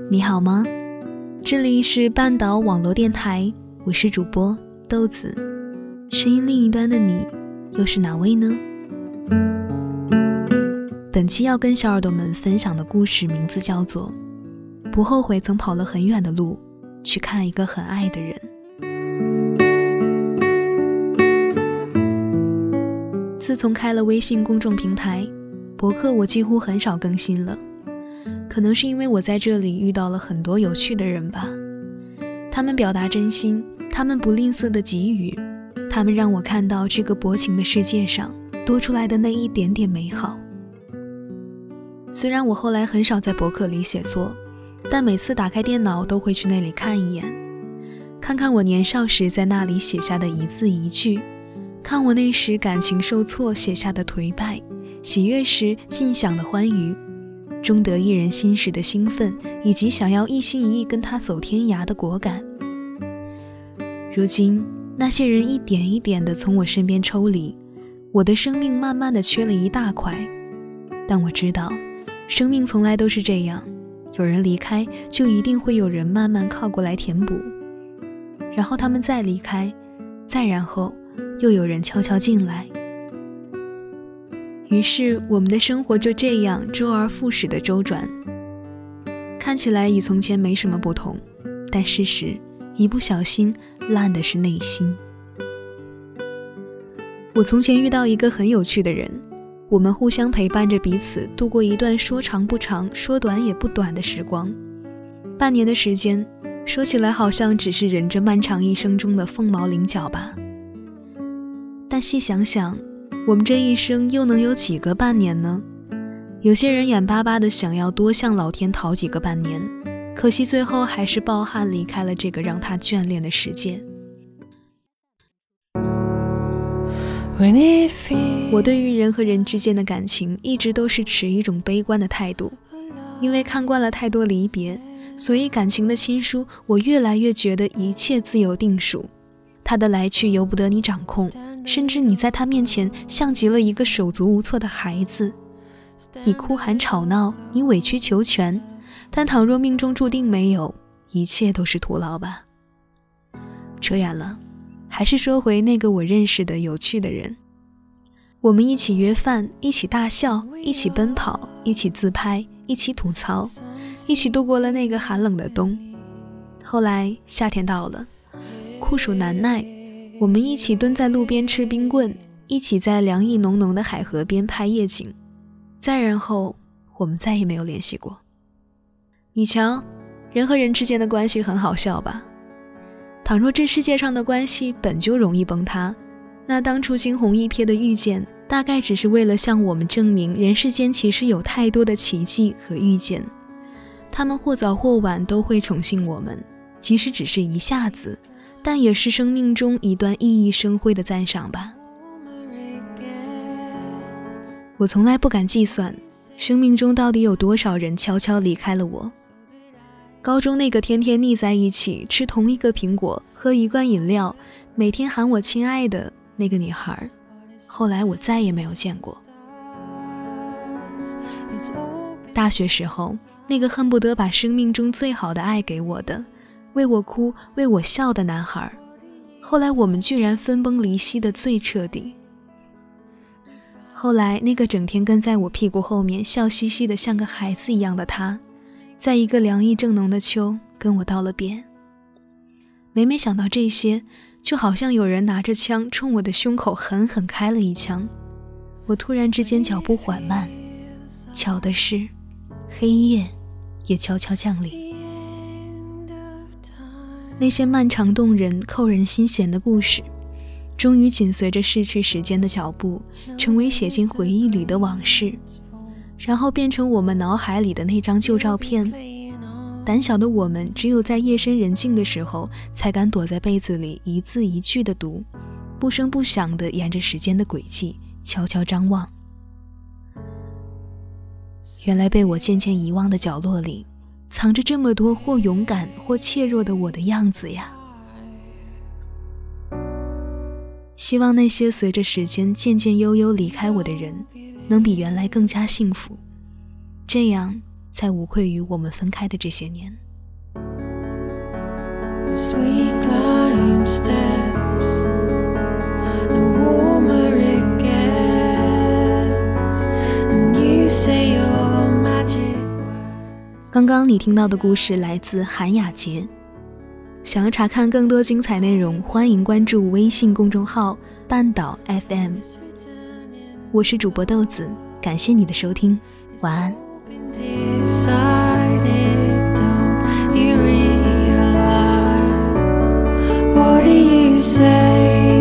你好吗？这里是半岛网络电台，我是主播豆子。声音另一端的你又是哪位呢？本期要跟小耳朵们分享的故事名字叫做不后悔曾跑了很远的路去看一个很爱的人。自从开了微信公众平台，博客我几乎很少更新了，可能是因为我在这里遇到了很多有趣的人吧。他们表达真心，他们不吝啬的给予，他们让我看到这个薄情的世界上多出来的那一点点美好。虽然我后来很少在博客里写作，但每次打开电脑都会去那里看一眼，看看我年少时在那里写下的一字一句，看我那时感情受挫写下的颓败，喜悦时尽享的欢愉，终得一人心时的兴奋，以及想要一心一意跟他走天涯的果敢。如今那些人一点一点地从我身边抽离，我的生命慢慢地缺了一大块。但我知道生命从来都是这样，有人离开就一定会有人慢慢靠过来填补，然后他们再离开，再然后又有人悄悄进来。于是我们的生活就这样周而复始的周转，看起来与从前没什么不同，但事实一不小心烂的是内心。我从前遇到一个很有趣的人，我们互相陪伴着彼此度过一段说长不长说短也不短的时光。半年的时间，说起来好像只是人这漫长一生中的凤毛麟角吧，但细想想，我们这一生又能有几个半年呢？有些人眼巴巴的想要多向老天讨几个半年，可惜最后还是抱憾离开了这个让他眷恋的世界。我对于人和人之间的感情一直都是持一种悲观的态度，因为看惯了太多离别，所以感情的亲疏，我越来越觉得一切自有定数，他的来去由不得你掌控，甚至你在他面前像极了一个手足无措的孩子。你哭喊吵闹，你委曲求全，但倘若命中注定没有，一切都是徒劳吧。扯远了，还是说回那个我认识的有趣的人。我们一起约饭，一起大笑，一起奔跑，一起自拍，一起吐槽，一起度过了那个寒冷的冬。后来夏天到了，酷暑难耐，我们一起蹲在路边吃冰棍，一起在凉意浓浓的海河边拍夜景。再然后我们再也没有联系过。你瞧，人和人之间的关系很好笑吧？倘若这世界上的关系本就容易崩塌，那当初惊鸿一瞥的遇见，大概只是为了向我们证明人世间其实有太多的奇迹和遇见，他们或早或晚都会宠幸我们，即使只是一下子，但也是生命中一段熠熠生辉的赞赏吧。我从来不敢计算生命中到底有多少人悄悄离开了我。高中那个天天腻在一起，吃同一个苹果，喝一罐饮料，每天喊我亲爱的那个女孩，后来我再也没有见过。大学时候，那个恨不得把生命中最好的爱给我的，为我哭为我笑的男孩，后来我们居然分崩离析的最彻底。后来那个整天跟在我屁股后面笑嘻嘻的像个孩子一样的他，在一个凉意正浓的秋跟我道了别。每每想到这些，就好像有人拿着枪冲我的胸口狠狠开了一枪。我突然之间脚步缓慢，巧的是黑夜也悄悄降临。那些漫长动人扣人心弦的故事，终于紧随着逝去时间的脚步，成为写进回忆里的往事，然后变成我们脑海里的那张旧照片。胆小的我们只有在夜深人静的时候，才敢躲在被子里一字一句地读，不声不响地沿着时间的轨迹悄悄张望。原来被我渐渐遗忘的角落里，藏着这么多或勇敢或怯弱的我的样子呀。希望那些随着时间渐渐悠悠离开我的人，能比原来更加幸福，这样才无愧于我们分开的这些年。 As we climb steps, the warmer it gets, and you say your magic words. 刚刚你听到的故事来自韩雅洁。想要查看更多精彩内容，欢迎关注微信公众号半岛 FM。 我是主播豆子，感谢你的收听，晚安。 What do you say?